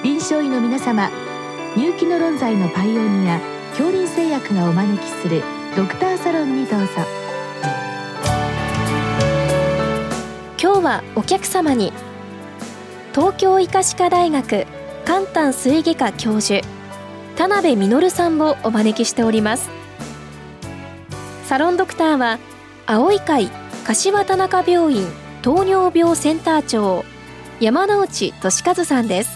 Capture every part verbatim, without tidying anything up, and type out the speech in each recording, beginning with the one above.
臨床医の皆様、入気の論剤のパイオニア恐林製薬がお招きするドクターサロンにどうぞ。 今日はお客様に東京医科歯科大学肝胆膵外科教授田辺実さんをお招きしております。サロンドクターは青い会柏田中病院糖尿病センター長山内俊和さんです。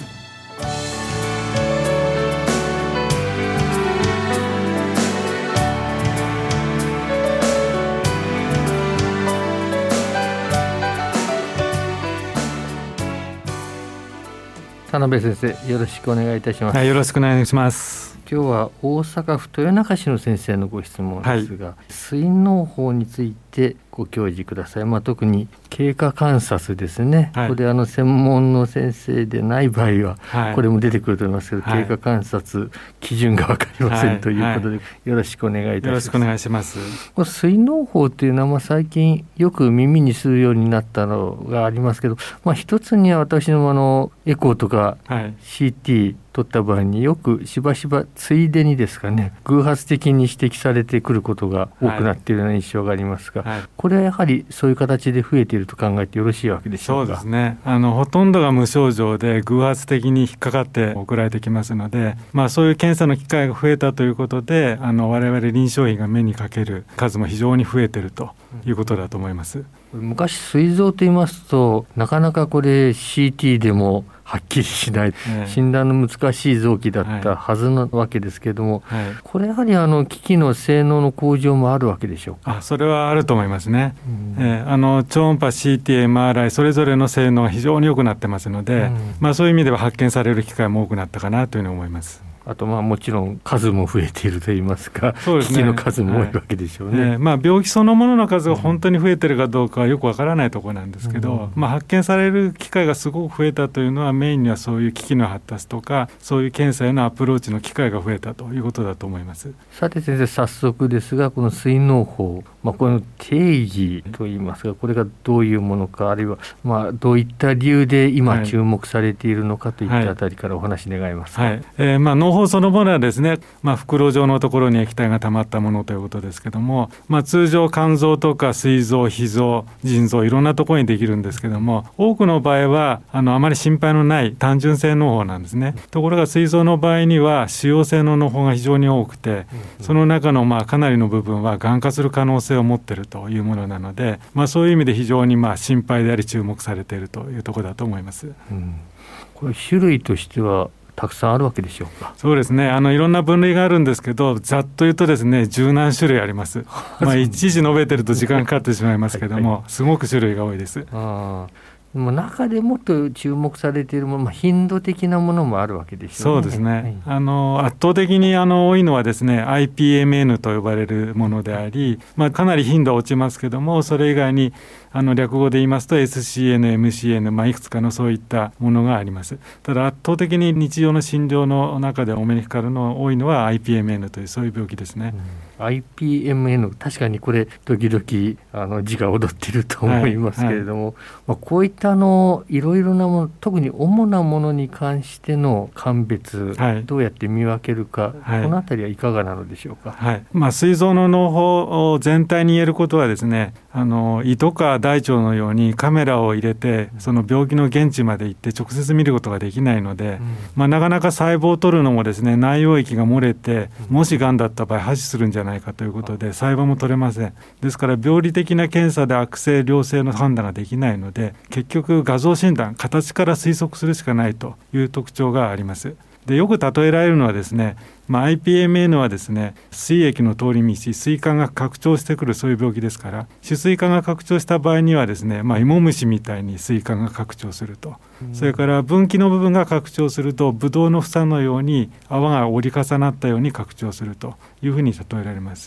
田辺先生、よろしくお願いいたします。 はい、よろしくお願いします。 今日は大阪府豊中市の先生のご質問ですが、はい、膵嚢胞についてご教示ください。まあ、特に経過観察ですね、はい、これあの専門の先生でない場合は、はい、これも出てくると思いますけど、はい、経過観察基準が分かりません、はい、ということで、はい、よろしくお願いいたします。 よろしくお願いします。 この膵嚢胞というのは、まあ最近よく耳にするようになったのがありますけど、まあ、一つには私のあのエコーとか シーティー 取った場合によくしばしばついでにですかね、偶発的に指摘されてくることが多くなっているような印象がありますが、はいはい、これはやはりそういう形で増えていると考えてよろしいわけでしょうか。 そうですね、あのほとんどが無症状で偶発的に引っかかって送られてきますので、まあ、そういう検査の機会が増えたということで、あの我々臨床医が目にかける数も非常に増えているということだと思います。 昔膵臓と言いますと、なかなかこれ シーティー でもはっきりしない、えー、診断の難しい臓器だったはずなわけですけれども、はいはい、これやはりあの機器の性能の向上もあるわけでしょうか。 あ、それはあると思いますね、うん、えー、あの超音波 シーティー、エムアールアイ それぞれの性能が非常に良くなってますので、うん、まあ、そういう意味では発見される機会も多くなったかなというふうに思います。 あとまあもちろん数も増えているといいますか、そうですね、機器の数も多いわけでしょうね、はい、 えーまあ、病気そのものの数が本当に増えているかどうかはよくわからないところなんですけど、うん、まあ、発見される機会がすごく増えたというのは、メインにはそういう機器の発達とか、そういう検査へのアプローチの機会が増えたということだと思います。 さて先生、早速ですが、この膵嚢胞、まあ、この定義といいますか、これがどういうものか、あるいはまあどういった理由で今注目されているのかといったあたりからお話願いますか。 はいはい、えーまあ、嚢胞そのものはですね、まあ、袋状のところに液体が溜まったものということですけども、まあ、通常肝臓とか膵臓、脾臓、腎臓、いろんなところにできるんですけども、多くの場合はあのあまり心配のない単純性嚢胞なんですね。ところが膵臓の場合には腫瘍性の嚢胞が非常に多くて、その中のまあかなりの部分はがん化する可能性を持っているというものなので、まあ、そういう意味で非常にまあ心配であり注目されているというところだと思います。 うん、これ種類としてはたくさんあるわけでしょうか。 そうですね、あのいろんな分類があるんですけど、ざっと言うとですね、十何種類あります。まあ、いちいち述べてると時間かかってしまいますけども、はいはい、すごく種類が多いです。 あ、でも中でもっと注目されているもの、まあ、頻度的なものもあるわけですよね。 そうですね、 はい、 あの圧倒的にあの多いのはですね アイピーエムエヌ と呼ばれるものであり、まあ、かなり頻度は落ちますけども、それ以外にあの略語で言いますと エスシーエヌ、エムシーエヌ、まあ、いくつかのそういったものがあります。ただ圧倒的に日常の診療の中でお目にかかるの多いのは アイピーエムエヌ というそういう病気ですね。 うん、アイピーエムエヌ、 確かにこれ時々あの字が踊っていると思いますけれども、はいはい、まあ、こういったあのいろいろなもの、特に主なものに関しての鑑別、はい、どうやって見分けるか、はい、このあたりはいかがなのでしょうか。 はい、まあ、膵臓の嚢胞を全体に言えることはですね、あの胃とか大腸のようにカメラを入れてその病気の現地まで行って直接見ることができないので、うん、まあ、なかなか細胞を取るのもですね、内容液が漏れて、もしがんだった場合破死するんじゃないかということで細胞も取れません。ですから病理的な検査で悪性良性の判断ができないので、結局画像診断、形から推測するしかないという特徴があります。でよく例えられるのはですね、まあ、アイピーエムエヌ はですね、膵液の通り道、膵管が拡張してくるそういう病気ですから、主膵管が拡張した場合にはですね、まあ、芋虫みたいに膵管が拡張すると、うん、それから分岐の部分が拡張するとブドウの房のように泡が折り重なったように拡張するというふうに例えられます。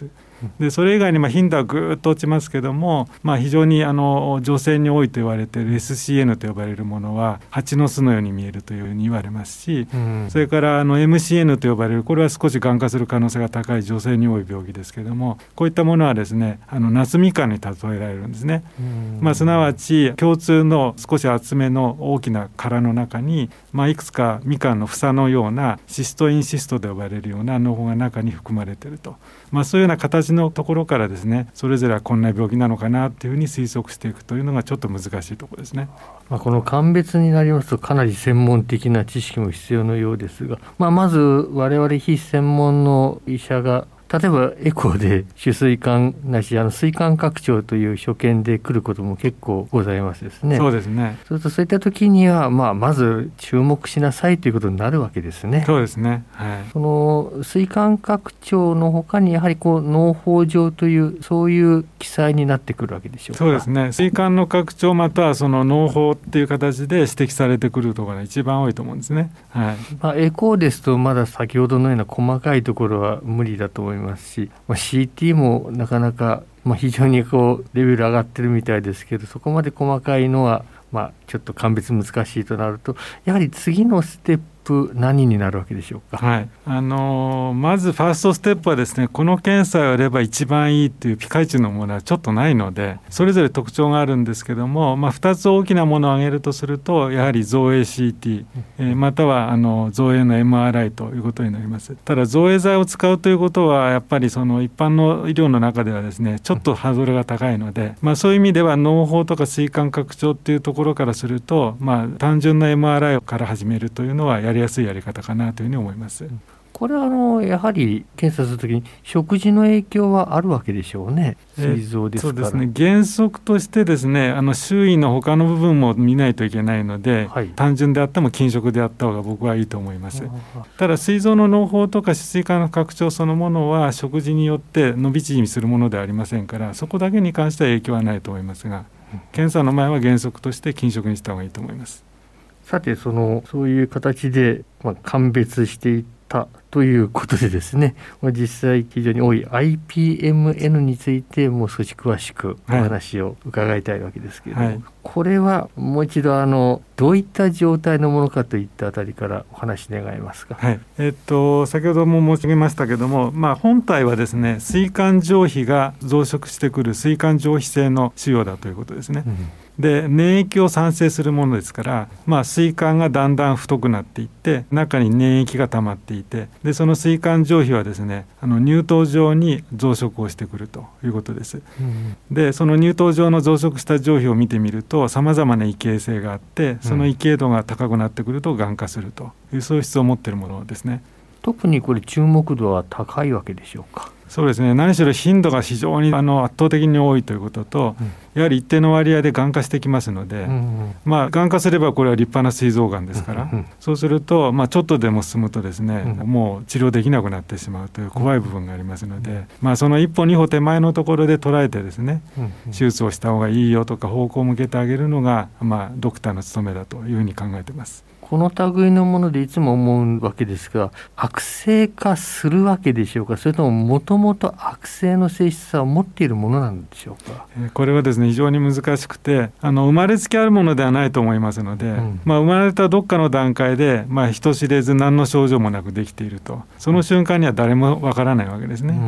でそれ以外にまあ頻度はぐーっと落ちますけども、まあ、非常にあの女性に多いと言われている エスシーエヌ と呼ばれるものは蜂の巣のように見えるというふうに言われますし、うん、それからあの エムシーエヌ と呼ばれる、これは少しがん化する可能性が高い女性に多い病気ですけども、こういったものはですね、あの夏みかんに例えられるんですね。うん、まあ、すなわち共通の少し厚めの大きな殻の中に、まあ、いくつかみかんの房のようなシストインシストと呼ばれるような農法が中に含まれていると、まあ、そういうような形のところからですね、それぞれはこんな病気なのかなというふうに推測していくというのがちょっと難しいところですね。 まあ、この鑑別になりますとかなり専門的な知識も必要のようですが、まあ、まず我々非専門の医者が例えばエコーで主膵管なしあの膵管拡張という所見で来ることも結構ございますですね。 そうですね。 そうするとそういった時には、まあ、まず注目しなさいということになるわけですね。 そうですね、はい、 その膵管拡張のほかにやはりこう農法上というそういう記載になってくるわけでしょうか。 そうですね。膵管の拡張またはその農法っていう形で指摘されてくるところが一番多いと思うんですね。はい、 まあ、エコーですとまだ先ほどのような細かいところは無理だと思いますし、まあ、シーティー もなかなか、まあ、非常にこうレベル上がってるみたいですけど、そこまで細かいのは、まあ、ちょっと鑑別難しいとなると、やはり次のステップ何になるわけでしょうか。 はい、あのー、まずファーストステップはですね、この検査をやれば一番いいというピカイチのものはちょっとないので、それぞれ特徴があるんですけども、まあ、ふたつ大きなものを挙げるとすると、やはり造影 シーティー、えー、またはあの造影の エムアールアイ ということになります。ただ造影剤を使うということはやっぱりその一般の医療の中ではですね、ちょっとハードルが高いので、まあ、そういう意味では農法とか膵管拡張というところからすると、まあ、単純な エムアールアイ から始めるというのはやりやすいやり方かなというふうに思います。 これはあのやはり検査するときに食事の影響はあるわけでしょうね。膵臓ですから。 そうですね。原則としてですね、あの周囲の他の部分も見ないといけないので、はい、単純であっても禁食であった方が僕はいいと思います。ただ膵臓の農法とか膵管の拡張そのものは食事によって伸び縮みするものではありませんから、そこだけに関しては影響はないと思いますが、検査の前は原則として禁食にした方がいいと思います。 さてそのそういう形で、まあ、鑑別していったということでですね、実際非常に多い アイピーエムエヌ についてもう少し詳しくお話を伺いたいわけですけれども、はい、これはもう一度あのどういった状態のものかといったあたりからお話願えますか。 はい、えっと、先ほども申し上げましたけども、まあ、本体はですね、膵管上皮が増殖してくる膵管上皮性の腫瘍だということですね。うん、で粘液を産生するものですから、まあ、膵管がだんだん太くなっていって中に粘液が溜まっていて、でその膵管上皮はですね、あの乳頭状に増殖をしてくるということです。うん、でその乳頭状の増殖した上皮を見てみるとさまざまな異形性があって、その異形度が高くなってくるとがん化するという素質を持っているものですね。 特にこれ注目度は高いわけでしょうか。 そうですね。何しろ頻度が非常にあの圧倒的に多いということと、うん、やはり一定の割合でがん化してきますので、うんうん、まあ、がん化すればこれは立派な膵臓がんですから、うんうん、そうすると、まあ、ちょっとでも進むとですね、うん、もう治療できなくなってしまうという怖い部分がありますので、うん、まあ、その一歩二歩手前のところで捉えてですね、うんうん、手術をした方がいいよとか方向を向けてあげるのが、まあ、ドクターの務めだというふうに考えています。 この類のものでいつも思うわけですが、悪性化するわけでしょうか、それとももともと悪性の性質を持っているものなんでしょうか。 えー、これはですね、非常に難しくて、あの生まれつきあるものではないと思いますので、うん、まあ、生まれたどっかの段階で、まあ、人知れず何の症状もなくできていると、その瞬間には誰もわからないわけですね。うん、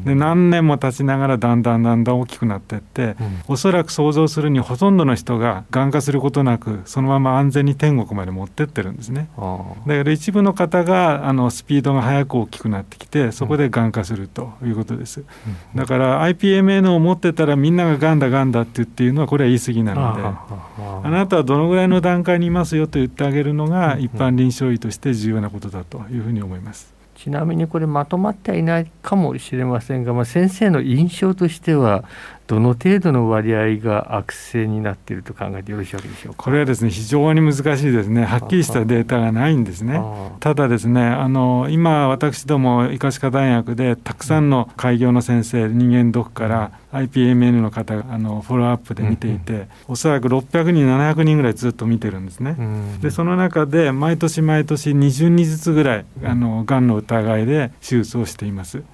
で何年も経ちながらだんだんだんだん大きくなっていって、うん、おそらく想像するにほとんどの人ががん化することなくそのまま安全に天国まで持ってってるんですね。だから一部の方があのスピードが速く大きくなってきて、そこでがん化するということです。うん、だから アイピーエムエヌ を持ってたらみんなががんだがんだって言っているのはこれは言い過ぎなので、あ, あなたはどのぐらいの段階にいますよと言ってあげるのが一般臨床医として重要なことだというふうに思います。 ちなみにこれまとまってはいないかもしれませんが、まあ、先生の印象としてはどの程度の割合が悪性になっていると考えてよろしいわけでしょうか。 これはですね非常に難しいですね。はっきりしたデータがないんですね。ただですねあの今私ども医科歯科大学でたくさんの開業の先生、人間ドックから アイピーエムエヌ の方があのフォローアップで見ていて、うんうん、おそらくろっぴゃくにんななひゃくにんぐらいずっと見てるんですね、うん、でその中で毎年毎年にじゅうにんずつぐらいあのがんの疑いで手術をしています、うん、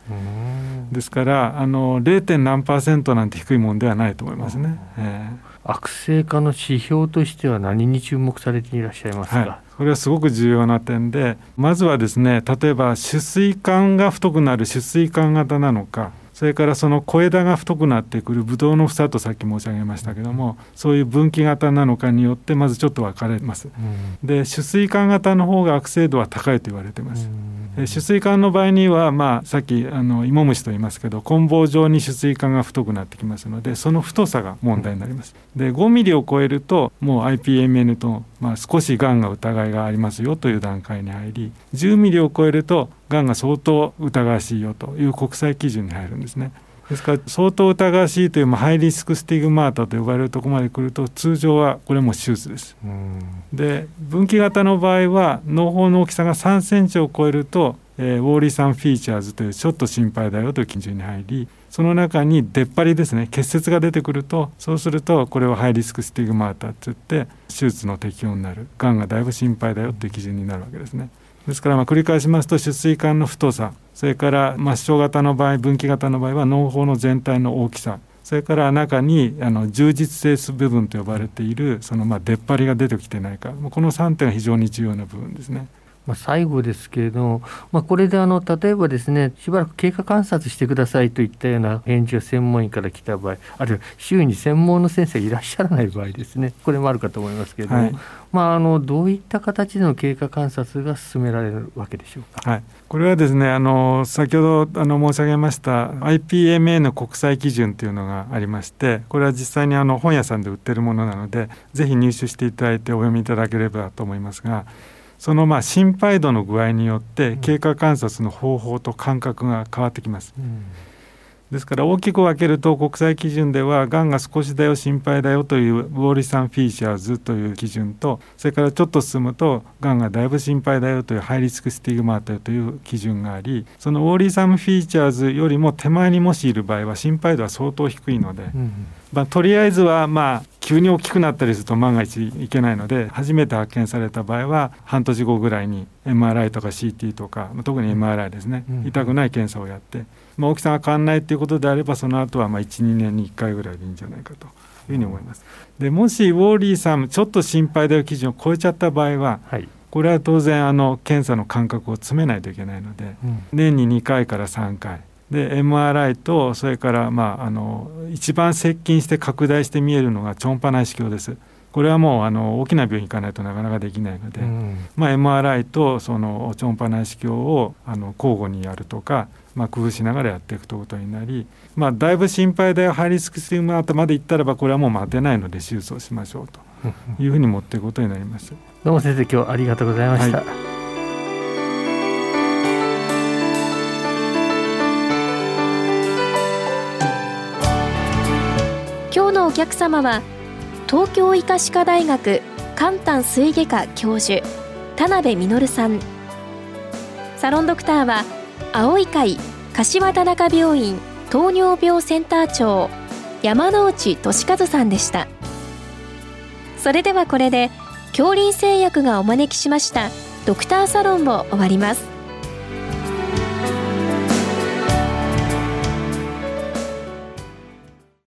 ですからあの ゼロ. 点何パーセントなんて低いものではないと思いますね、えー、悪性化の指標としては何に注目されていらっしゃいますか。 はい、これはすごく重要な点で、まずはですね例えば主膵管が太くなる主膵管型なのか、それからその小枝が太くなってくるブドウの房とさっき申し上げましたけども、そういう分岐型なのかによってまずちょっと分かれます、うん、で主膵管型の方が悪性度は高いと言われています、うん、主膵管の場合には、まあ、さっきあの芋虫と言いますけど棍棒状に主膵管が太くなってきますので、その太さが問題になります、うん、でごミリを超えるともう アイピーエムエヌ と、まあ、少しがんが疑いがありますよという段階に入り、じゅうミリを超えるとがんが相当疑わしいよという国際基準に入るんですね。ですから相当疑わしいという、まあ、ハイリスクスティグマータと呼ばれるところまで来ると通常はこれも手術です。うんで分岐型の場合は嚢胞の大きさがさんセンチを超えると、えー、ウォーリーサンフィーチャーズというちょっと心配だよという基準に入り、その中に出っ張りですね、結節が出てくると、そうするとこれはハイリスクスティグマータといって手術の適用になる、がんがだいぶ心配だよという基準になるわけですね。ですからまあ繰り返しますと主膵管の太さ、それから末梢型の場合、分岐型の場合は嚢胞の全体の大きさ、それから中にあの充実性部分と呼ばれているそのまあ出っ張りが出てきてないか、このさんてんが非常に重要な部分ですね。 まあ、最後ですけれども、まあ、これであの例えばですねしばらく経過観察してくださいといったような返事が専門医から来た場合、あるいは周囲に専門の先生がいらっしゃらない場合ですね、これもあるかと思いますけれども、はい、まあ、あのどういった形での経過観察が進められるわけでしょうか。 はい、これはですねあの先ほどあの申し上げました アイピーエムエヌ の国際基準というのがありまして、これは実際にあの本屋さんで売っているものなのでぜひ入手していただいてお読みいただければと思いますが、そのまあ心配度の具合によって経過観察の方法と感覚が変わってきます、うん、ですから大きく分けると国際基準ではがんが少しだよ心配だよというウォーリーサンフィーチャーズという基準と、それからちょっと進むとがんがだいぶ心配だよというハイリスクスティグマータという基準があり、そのウォーリーサンフィーチャーズよりも手前にもしいる場合は心配度は相当低いので、うん、まあ、とりあえずはまあ急に大きくなったりすると万が一いけないので、初めて発見された場合は半年後ぐらいに エムアールアイ とか シーティー とか、特に エムアールアイ ですね、うん、痛くない検査をやって、まあ、大きさが変わらないということであればその後はまあいち、にねんにいっかいぐらいでいいんじゃないかというふうに思います。でもしウォーリーさんちょっと心配だよ基準を超えちゃった場合は、はい、これは当然あの検査の間隔を詰めないといけないので、うん、年ににかいからさんかいで エムアールアイ と、それからまああの一番接近して拡大して見えるのが超音波内視鏡です。これはもうあの大きな病院に行かないとなかなかできないので、うん、まあ、エムアールアイ とその超音波内視鏡をあの交互にやるとか、まあ、工夫しながらやっていくということになり、まあ、だいぶ心配でハイリスクスティグマータまでいったらばこれはもう待てないので手術をしましょうというふうに持っていくことになります。 どうも先生、今日はありがとうございました。はい、 今日のお客様は東京医科歯科大学肝胆膵外科教授田辺実さん。サロンドクターは青い会柏田中病院糖尿病センター長山内俊和さんでした。それではこれで杏林製薬がお招きしましたドクターサロンを終わります。